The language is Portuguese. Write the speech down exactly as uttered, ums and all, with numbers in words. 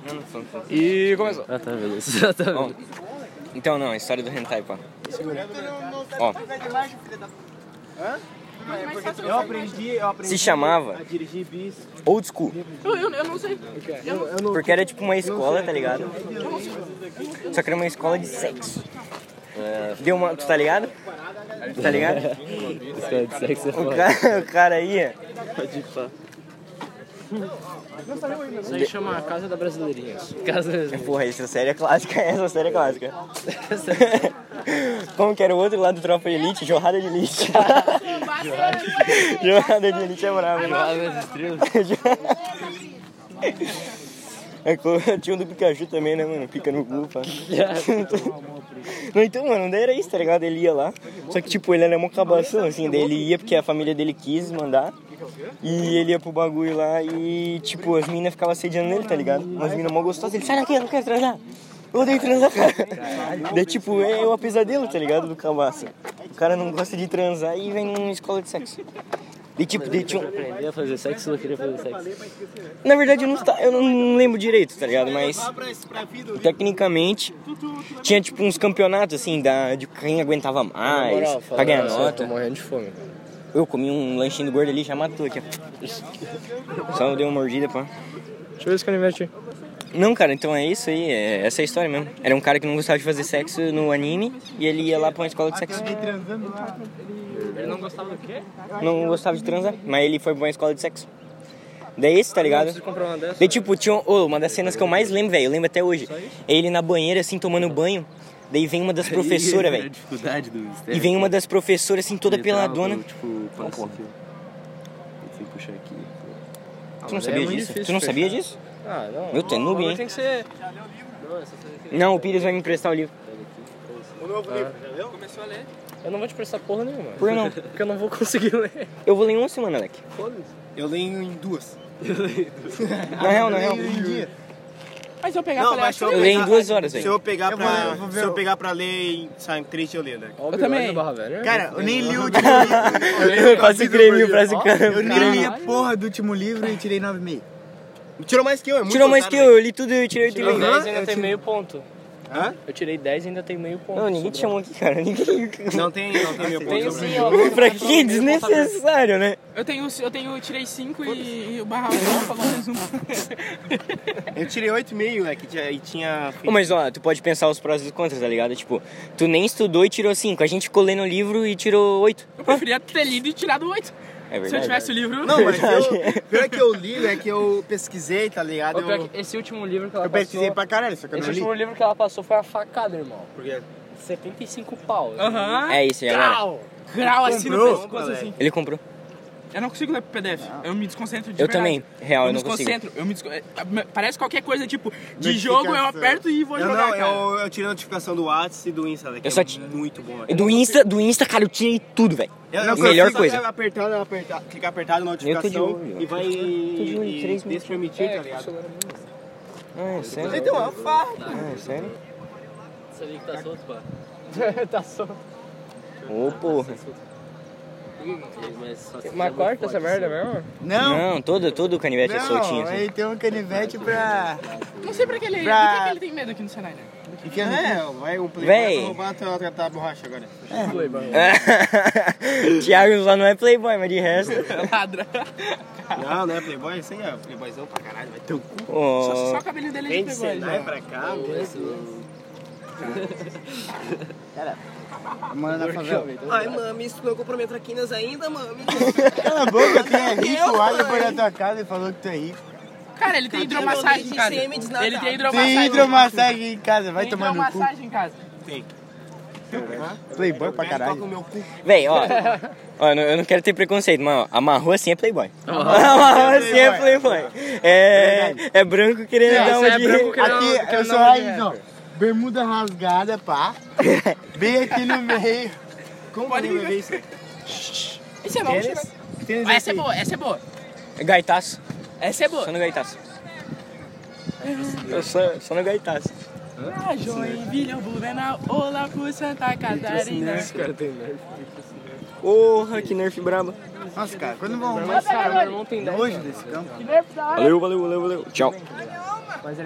Não, não, não, não. E começou. Ah, tá, beleza. Tá, Ó, então, não, a história do hentai, pá. Ó. Eu aprendi, eu aprendi Se chamava a dirigir bis. Old School. Eu, eu, eu não sei. Porque era tipo uma escola, tá ligado? Só que era uma escola de sexo. Deu uma... Tu tá ligado? Tá ligado? Escola de sexo é O foda. cara, o cara ia... Pode ir, pá. Isso aí chama Casa da Brasileirinha. Casa mesmo. Porra, essa série é clássica, essa série é clássica. Como que era o outro lado do Tropa de Elite? Jorrada de Elite. Jorrada de Elite é bravo. Jorrada das Estrelas. É, tinha um do Pikachu também, né, mano? Pica no cu, pá. Não, então, mano, daí era isso, tá ligado? Ele ia lá. Só que, tipo, ele era mó cabação, assim. Daí ele ia porque a família dele quis mandar. E ele ia pro bagulho lá e, tipo, as meninas ficavam assediando nele, tá ligado? Umas meninas mó gostosas. Ele, sai daqui, eu não quero transar. Eu odeio transar, cara. Daí, tipo, é o pesadelo, tá ligado? Do cabaço. O cara não gosta de transar e vem numa escola de sexo. E tipo, de, tinha um... aprender a fazer sexo ou não queria fazer sexo? Na verdade eu não, eu não lembro direito, tá ligado? Mas tecnicamente tinha tipo uns campeonatos assim da, de quem aguentava mais, moral, pra ganhar eu nota. tô morrendo de fome, cara. Eu comi um lanchinho do gordo ali, já matou aqui, ó. Só dei uma mordida, pá. Deixa eu ver esse canivete aí. Não, cara, então é isso aí, é essa é a história mesmo. Era um cara que não gostava de fazer sexo no anime e ele ia lá pra uma escola de sexo. Ele não gostava do quê? Não gostava de transar, mas ele foi pra uma escola de sexo. Daí esse, tá ligado? Preciso comprar uma dessas. Daí tipo, tinha oh, uma das cenas que eu mais lembro, velho, eu lembro até hoje. É ele na banheira, assim, tomando banho. Daí vem uma das professoras, velho. dificuldade do E vem uma das professoras, assim, toda peladona. Tipo, passa aqui. Tem que puxar aqui. Tu não sabia disso? Tu não sabia disso? Ah, não. Meu, tu é noob, hein? Tem que ser... Não, o Pires vai me emprestar o livro. O novo livro, já leu? Começou a ler. Eu não vou te prestar porra nenhuma. Por não? Porque eu não vou conseguir ler. Eu vou ler em uma semana, Alec. Foda-se. Eu leio em duas. Na real, na real. Mas se eu pegar Não, pra ler, mas se eu Eu leio em duas horas, Se velho. eu pegar Eu pra, vou- eu vou ver se eu o- pegar pra ler em sabe, três, eu leio, né? Óbvio, também. olha a barra velha. Cara, eu nem li o último livro. Faz o creminho, faz o Eu campo. nem li a porra do último livro e tirei nove vírgula cinco. Tirou mais que eu, é muito Tirou mais que otário, eu, eu li tudo e eu tirei oito e Tirei meio. dez e ainda eu tem tive- meio ponto. Hã? Eu tirei dez e ainda tem meio ponto. Não, ninguém te chamou aqui, cara. Ninguém... Não tem, não tem meu Tem ponto. sim, ó. Pra que? Desnecessário, né? Eu tenho, eu tenho, eu tirei cinco e, e o Barra falou um resumo. Eu tirei oito e meio, né? Que tinha, e tinha... Ô, mas ó, tu pode pensar os prós e os contras, tá ligado? Tipo, tu nem estudou e tirou cinco. A gente ficou lendo o livro e tirou oito. Eu preferia ter lido e tirado oito. É Se eu verdade. tivesse o livro... Não, mas eu... Pior que eu li, né? Que eu pesquisei, tá ligado? Ô, pior Eu, que esse último livro que ela eu pesquisei passou... pra caralho, só que eu Esse não li. último livro que ela passou foi uma facada, irmão. Por quê? setenta e cinco pau. Aham. É isso aí, galera. Grau! Grau assim no Comprou? pescoço, assim. Ele comprou. Eu não consigo ler P D F. Eu me desconcentro de Eu verdade. também, real, eu me não consigo. desconcentro. Eu me desco... é, Parece qualquer coisa, tipo, de jogo eu aperto e vou Eu jogar, não, cara. eu, eu tirei a notificação do WhatsApp e do Insta, né? Que Eu é só ti- muito bom. E do Insta, do Insta, cara, eu tirei tudo, velho. Eu, eu Melhor consigo coisa. Apertar, apertar, clicar apertado na Eu tô de notificação olho. e vai Tô de olho, e, três e despermitir, tá ligado? Ah, é sério? Então, é uma farra. Ah, é sério? Esse link tá solto, pá. Tá solto. Ô, porra. Mas corta essa merda mesmo? Não, Não, todo, todo o canivete é soltinho, não, assim. aí tem um canivete pra... Não sei pra que ele... Pra- Por que, que ele tem medo aqui no Senai, né? Enfia no cu. É, vai um playboy Véi. pra roubar a tua, tua, tua borracha agora. Thiago só não é playboy, mas de resto... Ladra. Não, não é playboy, isso aí é playboyzão pra caralho, vai ter um cu. Só, Ô, só o cabelinho dele é Vem de de playboy, Senai já. pra cá, Mano da favela. Ai, mami, isso não comprou minha traquinas ainda, mami. Cala a boca, tu é rico, o Ali foi na tua casa e falou que tu é rico. Cara, ele tem hidromassagem em casa. Ele tem hidromassagem. Tem hidromassagem em casa, vai Tem tomar no cu. hidromassagem em casa. Playboy pra Toca o caralho. meu cu. véi, ó, ó, eu não- eu não quero ter preconceito, mas ó, amarrou assim é playboy. Amarrou assim é playboy. É, é branco querendo Não, dar uma isso é de... branco querendo- Aqui, querendo eu sou dar uma de raiz, ó. Bermuda rasgada, pá. Bem aqui no meio. Como Pode pode ir, ver isso? Esse é bom, Tênis? tira. Tênis Ah, essa é assim. boa, essa é boa. Gaitaço, Essa é boa. só no gaitaço. Eu só, só no gaitaço. Ah, Joinville, Blumenau, olá por Santa Catarina. Esse cara tem nerf. Porra, que nerf braba. Nossa, cara, quando vão Mas, cara, meu irmão tem dez. nojo desse campo. Valeu, valeu, valeu, valeu. Tchau.